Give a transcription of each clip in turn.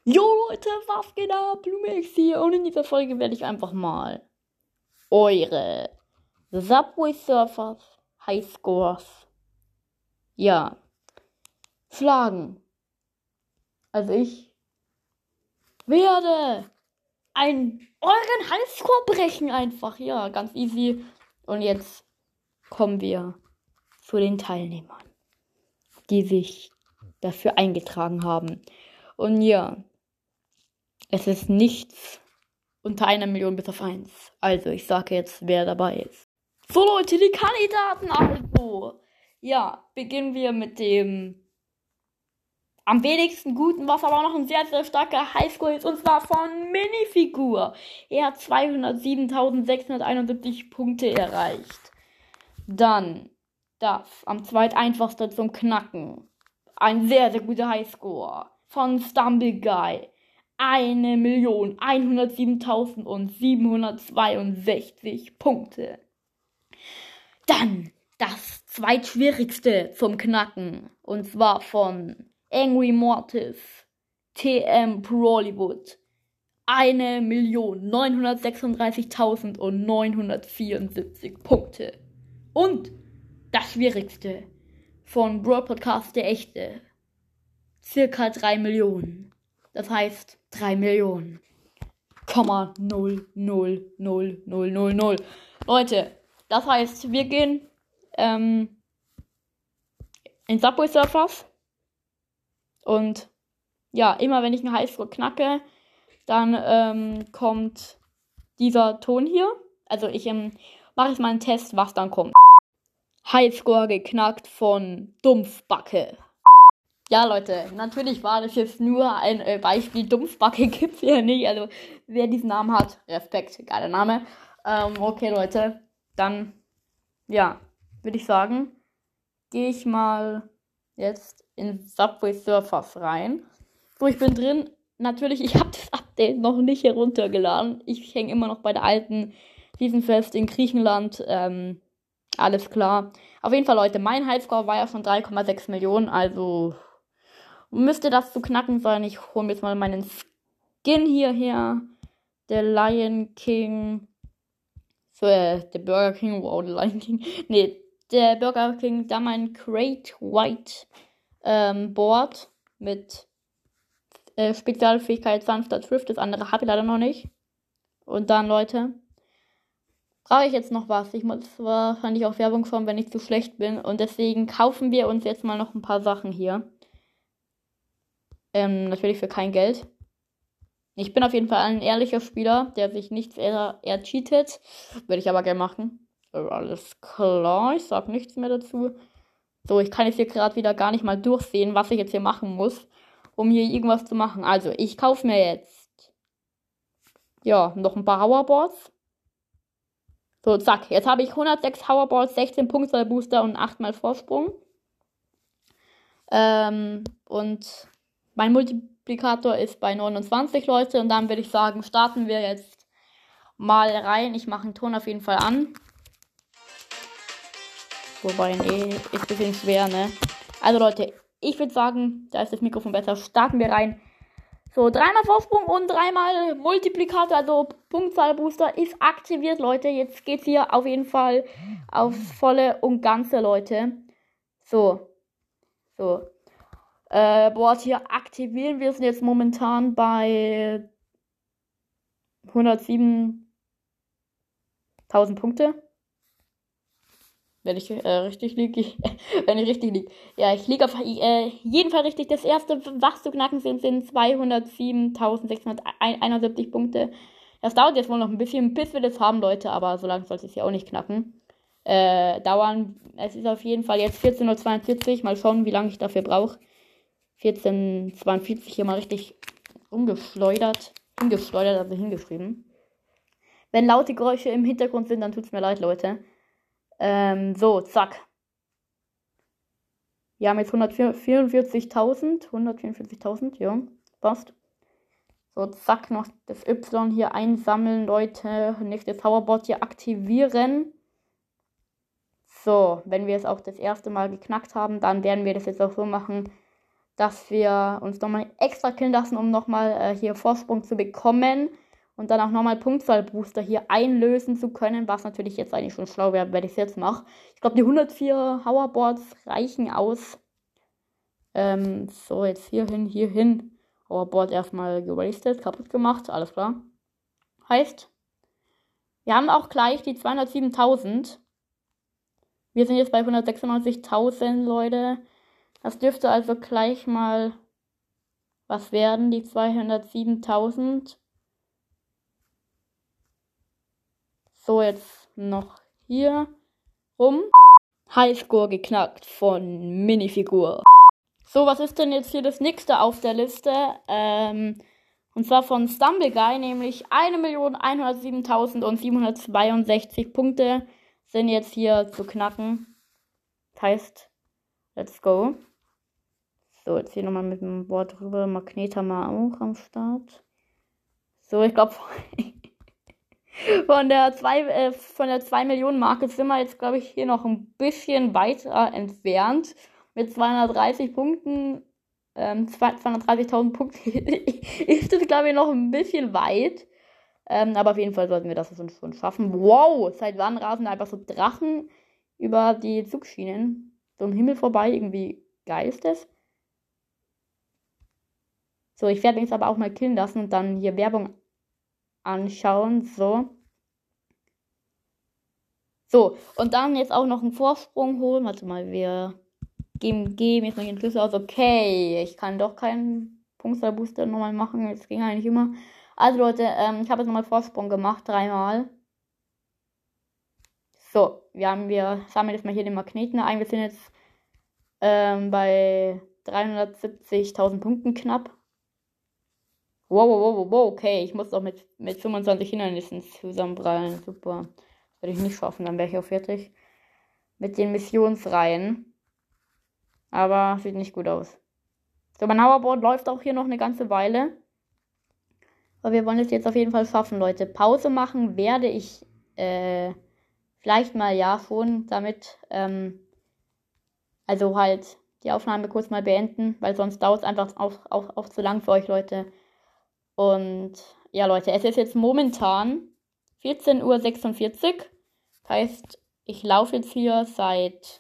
Jo Leute, was geht ab? Lumix hier und in dieser Folge werde ich einfach mal eure Subway Surfers Highscores, ja, schlagen. Also ich werde euren Highscore brechen einfach, ja, ganz easy. Und jetzt kommen wir zu den Teilnehmern, die sich dafür eingetragen haben. Und ja, es ist nichts unter 1.000.000 bis auf 1. Also, ich sage jetzt, wer dabei ist. So, Leute, die Kandidaten also. Ja, beginnen wir mit dem am wenigsten guten, was aber auch noch ein sehr, sehr starker Highscore ist, und zwar von Minifigur. Er hat 207.671 Punkte erreicht. Dann das am zweiteinfachsten zum Knacken. Ein sehr, sehr guter Highscore von Stumble Guy. 1.107.762 Punkte. Dann das zweitschwierigste zum Knacken. Und zwar von Angry Mortis TM Prollywood. 1.936.974 Punkte. Und das schwierigste von Brawl Podcast der Echte. Circa 3 Millionen. Das heißt 3.000.000.000.000. Leute, das heißt, wir gehen in Subway Surfers. Und ja, immer wenn ich einen Highscore knacke, dann kommt dieser Ton hier. Also ich mache jetzt mal einen Test, was dann kommt. Highscore geknackt von Dumpfbacke. Ja, Leute, natürlich war das jetzt nur ein Beispiel. Dumpfbacke gibt's hier nicht. Also, wer diesen Namen hat, Respekt, geiler Name. Okay, Leute, dann, ja, würde ich sagen, gehe ich mal jetzt in Subway Surfers rein. So, ich bin drin. Natürlich, ich habe das Update noch nicht heruntergeladen. Ich hänge immer noch bei der alten Season fest in Griechenland. Alles klar. Auf jeden Fall, Leute, mein Highscore war ja schon 3,6 Millionen, also müsste das zu knacken sein. Ich hole mir jetzt mal meinen Skin hierher. Der Lion King. So, der Burger King. Wow, der Lion King. Nee, der Burger King. Da mein Great White Board mit Spezialfähigkeit sanfter Drift. Das andere habe ich leider noch nicht. Und dann, Leute, brauche ich jetzt noch was. Ich muss wahrscheinlich auch Werbung kommen, wenn ich zu schlecht bin. Und deswegen kaufen wir uns jetzt mal noch ein paar Sachen hier. Natürlich für kein Geld. Ich bin auf jeden Fall ein ehrlicher Spieler, der sich nichts cheatet. Würde ich aber gerne machen. Alles klar, ich sag nichts mehr dazu. So, ich kann jetzt hier gerade wieder gar nicht mal durchsehen, was ich jetzt hier machen muss, um hier irgendwas zu machen. Also, ich kaufe mir jetzt noch ein paar Hoverboards. So, zack. Jetzt habe ich 106 Hoverboards, 16 Punktzahl Booster und 8-mal Vorsprung. Und mein Multiplikator ist bei 29, Leute. Und dann würde ich sagen, starten wir jetzt mal rein. Ich mache den Ton auf jeden Fall an. Wobei, nee, ist ein bisschen schwer, ne? Also, Leute, ich würde sagen, da ist das Mikrofon besser. Starten wir rein. So, 3-mal Vorsprung und 3-mal Multiplikator, also Punktzahlbooster ist aktiviert, Leute. Jetzt geht's hier auf jeden Fall aufs volle und ganze, Leute. So. Board hier aktivieren. Wir sind jetzt momentan bei 107.000 Punkte. Wenn ich richtig liege. Wenn ich richtig liege. Ja, ich liege auf jeden Fall richtig. Das erste, was zu knacken sind 207.671 Punkte. Das dauert jetzt wohl noch ein bisschen, bis wir das haben, Leute. Aber so lange sollte es ja auch nicht knacken. Dauern. Es ist auf jeden Fall jetzt 14.42 Uhr. Mal schauen, wie lange ich dafür brauche. 14.42 hier mal richtig umgeschleudert. Also hingeschrieben. Wenn laute Geräusche im Hintergrund sind, dann tut's mir leid, Leute. So, zack. Wir haben jetzt 144.000, ja, passt. So, zack, noch das Y hier einsammeln, Leute. Nächstes Hoverboard hier aktivieren. So, wenn wir es auch das erste Mal geknackt haben, dann werden wir das jetzt auch so machen, dass wir uns nochmal extra killen lassen, um nochmal hier Vorsprung zu bekommen und dann auch nochmal Punktzahlbooster hier einlösen zu können, was natürlich jetzt eigentlich schon schlau wäre, wenn ich es jetzt mache. Ich glaube, die 104 Hoverboards reichen aus. So, jetzt hier hin. Hoverboard erstmal gewastet, kaputt gemacht, alles klar. Heißt, wir haben auch gleich die 207.000. Wir sind jetzt bei 196.000, Leute. Das dürfte also gleich mal was werden, die 207.000. So, jetzt noch hier rum. Highscore geknackt von Minifigur. So, was ist denn jetzt hier das nächste auf der Liste? Und zwar von StumbleGuy, nämlich 1.107.762 Punkte sind jetzt hier zu knacken. Das heißt, let's go. So, jetzt hier nochmal mit dem Wort drüber. Magnethammer auch am Start. So, ich glaube, von der 2 Millionen Marke sind wir jetzt, glaube ich, hier noch ein bisschen weiter entfernt. Mit 230 Punkten, 230.000 Punkten ist das, glaube ich, noch ein bisschen weit. Aber auf jeden Fall sollten wir das schon schaffen. Wow, seit wann rasen da einfach so Drachen über die Zugschienen? So im Himmel vorbei, irgendwie geil ist das. So, ich werde mich jetzt aber auch mal killen lassen und dann hier Werbung anschauen. So, und dann jetzt auch noch einen Vorsprung holen. Warte mal, wir geben jetzt noch den Schlüssel aus. Okay, ich kann doch keinen Punktzahlbooster nochmal machen. Das ging eigentlich immer. Also Leute, ich habe jetzt nochmal Vorsprung gemacht, 3-mal. So, wir sammeln jetzt mal hier den Magneten ein. Wir sind jetzt bei 370.000 Punkten knapp. Wow, okay. Ich muss doch mit 25 Hindernissen zusammenprallen. Super. Das werde ich nicht schaffen, dann wäre ich auch fertig. Mit den Missionsreihen. Aber sieht nicht gut aus. So, mein Hoverboard läuft auch hier noch eine ganze Weile. Aber wir wollen es jetzt auf jeden Fall schaffen, Leute. Pause machen werde ich vielleicht mal ja schon damit. Also halt die Aufnahme kurz mal beenden, weil sonst dauert es einfach auch zu lang für euch, Leute. Und ja, Leute, es ist jetzt momentan 14:46 Uhr. Das heißt, ich laufe jetzt hier seit...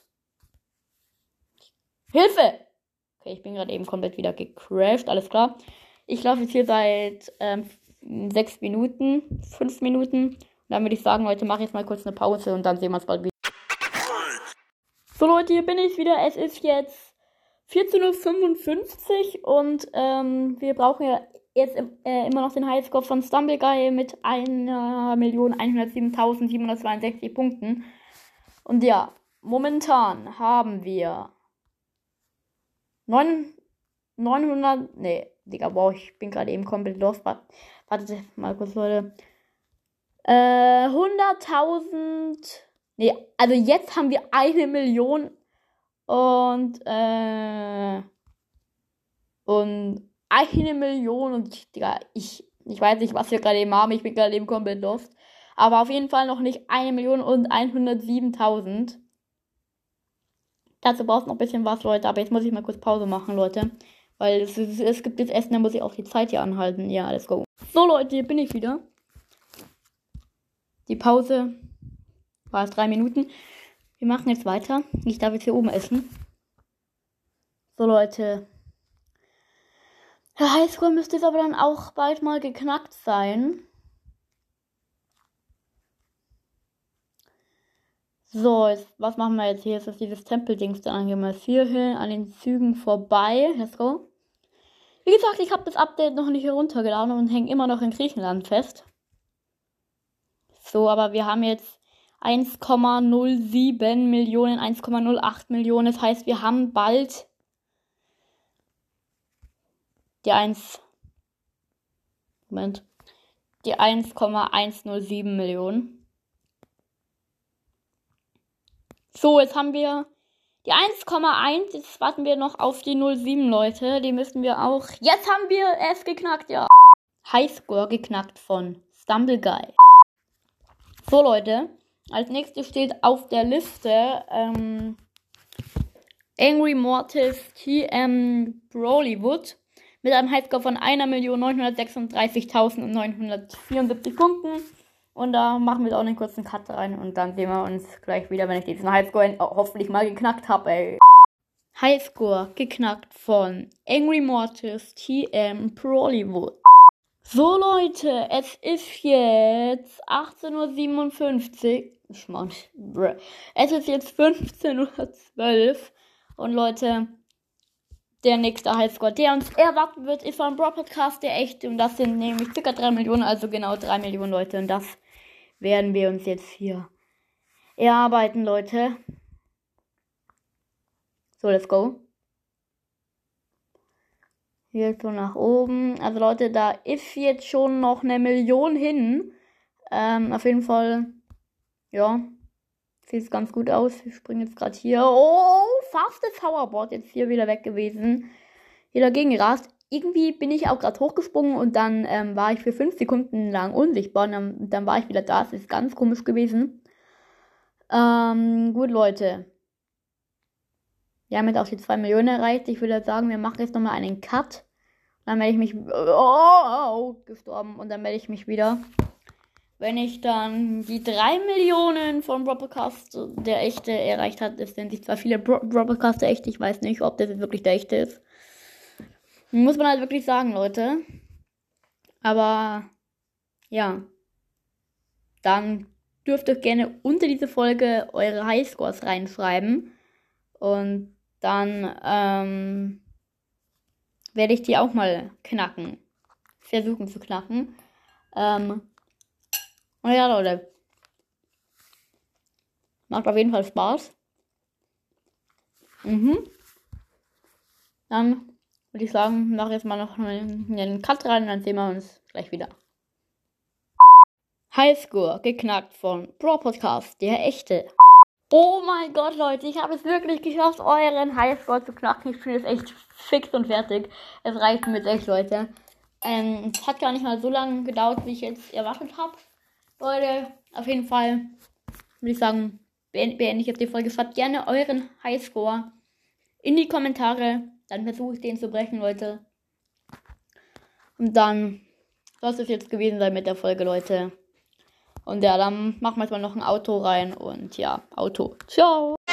Hilfe! Okay, ich bin gerade eben komplett wieder gecrashed, alles klar. Ich laufe jetzt hier seit 6 Minuten, 5 Minuten. Und dann würde ich sagen, Leute, mache jetzt mal kurz eine Pause und dann sehen wir uns bald wieder. So, Leute, hier bin ich wieder. Es ist jetzt 14:55 Uhr und wir brauchen ja jetzt immer noch den Highscore von StumbleGuy mit 1.107.762 Punkten. Und ja, momentan haben wir 900, nee, Digga, wow, ich bin gerade eben komplett lost. Wartet mal kurz, Leute. 100.000, nee, also jetzt haben wir 1 Million und 1 Million und Digga, ich weiß nicht, was wir gerade eben haben. Ich bin gerade eben komplett lost. Aber auf jeden Fall noch nicht 1.107.000. Dazu braucht es noch ein bisschen was, Leute. Aber jetzt muss ich mal kurz Pause machen, Leute. Weil es gibt jetzt Essen, da muss ich auch die Zeit hier anhalten. Ja, let's go. So, Leute, hier bin ich wieder. Die Pause war es 3 Minuten. Wir machen jetzt weiter. Ich darf jetzt hier oben essen. So, Leute. Der Highscore müsste jetzt aber dann auch bald mal geknackt sein. So, jetzt, was machen wir jetzt hier? Ist das dieses Tempeldings dann angemacht? Hier hin an den Zügen vorbei. Let's go. Wie gesagt, ich habe das Update noch nicht heruntergeladen und hänge immer noch in Griechenland fest. So, aber wir haben jetzt 1,07 Millionen, 1,08 Millionen. Das heißt, wir haben bald die 1,107 Millionen. So, jetzt haben wir die 1,1. Jetzt warten wir noch auf die 0,7, Leute. Die müssen wir auch... Jetzt haben wir es geknackt, ja. Highscore geknackt von StumbleGuy. So, Leute. Als nächstes steht auf der Liste Angry Mortis TM Brolywood mit einem Highscore von 1.936.974 Punkten. Und da machen wir jetzt auch einen kurzen Cut rein und dann sehen wir uns gleich wieder, wenn ich diesen Highscore hoffentlich mal geknackt habe, ey. Highscore geknackt von Angry Mortis TM Brolywood. So Leute, es ist jetzt 18.57 Uhr. Es ist jetzt 15.12 Uhr. Und Leute, der nächste Highscore, der uns erwarten wird, ist von Brawl Podcast, der echte. Und das sind nämlich ca. 3 Millionen, also genau 3 Millionen Leute. Und das werden wir uns jetzt hier erarbeiten, Leute. So, let's go. Hier so nach oben. Also Leute, da ist jetzt schon noch 1 Million hin. Auf jeden Fall, ja, sieht ganz gut aus. Wir springen jetzt gerade hier. Oh, fastes Powerboard jetzt hier wieder weg gewesen. Hier dagegen gerast. Irgendwie bin ich auch gerade hochgesprungen und dann war ich für 5 Sekunden lang unsichtbar. Und dann war ich wieder da. Das ist ganz komisch gewesen. Gut, Leute. Wir haben jetzt auch die 2 Millionen erreicht. Ich würde sagen, wir machen jetzt nochmal einen Cut. Dann melde ich mich. Gestorben. Und dann melde ich mich wieder. Wenn ich dann die 3 Millionen von Broadcast, der echte, erreicht hat, es sind sich zwar viele Broadcast der echte, ich weiß nicht, ob das wirklich der echte ist. Muss man halt wirklich sagen, Leute. Aber, ja. Dann dürft ihr gerne unter diese Folge eure Highscores reinschreiben. Und dann, werde ich die auch mal knacken. Versuchen zu knacken. Und ja, Leute. Macht auf jeden Fall Spaß. Dann würde ich sagen, mache jetzt mal noch einen Cut rein und dann sehen wir uns gleich wieder. Highscore geknackt von Brawl Podcast, der echte. Oh mein Gott, Leute, ich habe es wirklich geschafft, euren Highscore zu knacken. Ich bin jetzt echt fix und fertig. Es reicht mir jetzt echt, Leute. Es hat gar nicht mal so lange gedauert, wie ich jetzt erwartet habe. Leute, auf jeden Fall würde ich sagen, beende ich jetzt die Folge. Schreibt gerne euren Highscore in die Kommentare. Dann versuche ich den zu brechen, Leute. Und dann soll es jetzt gewesen sein mit der Folge, Leute. Und ja, dann machen wir jetzt mal noch ein Auto rein. Und ja, Auto. Ciao.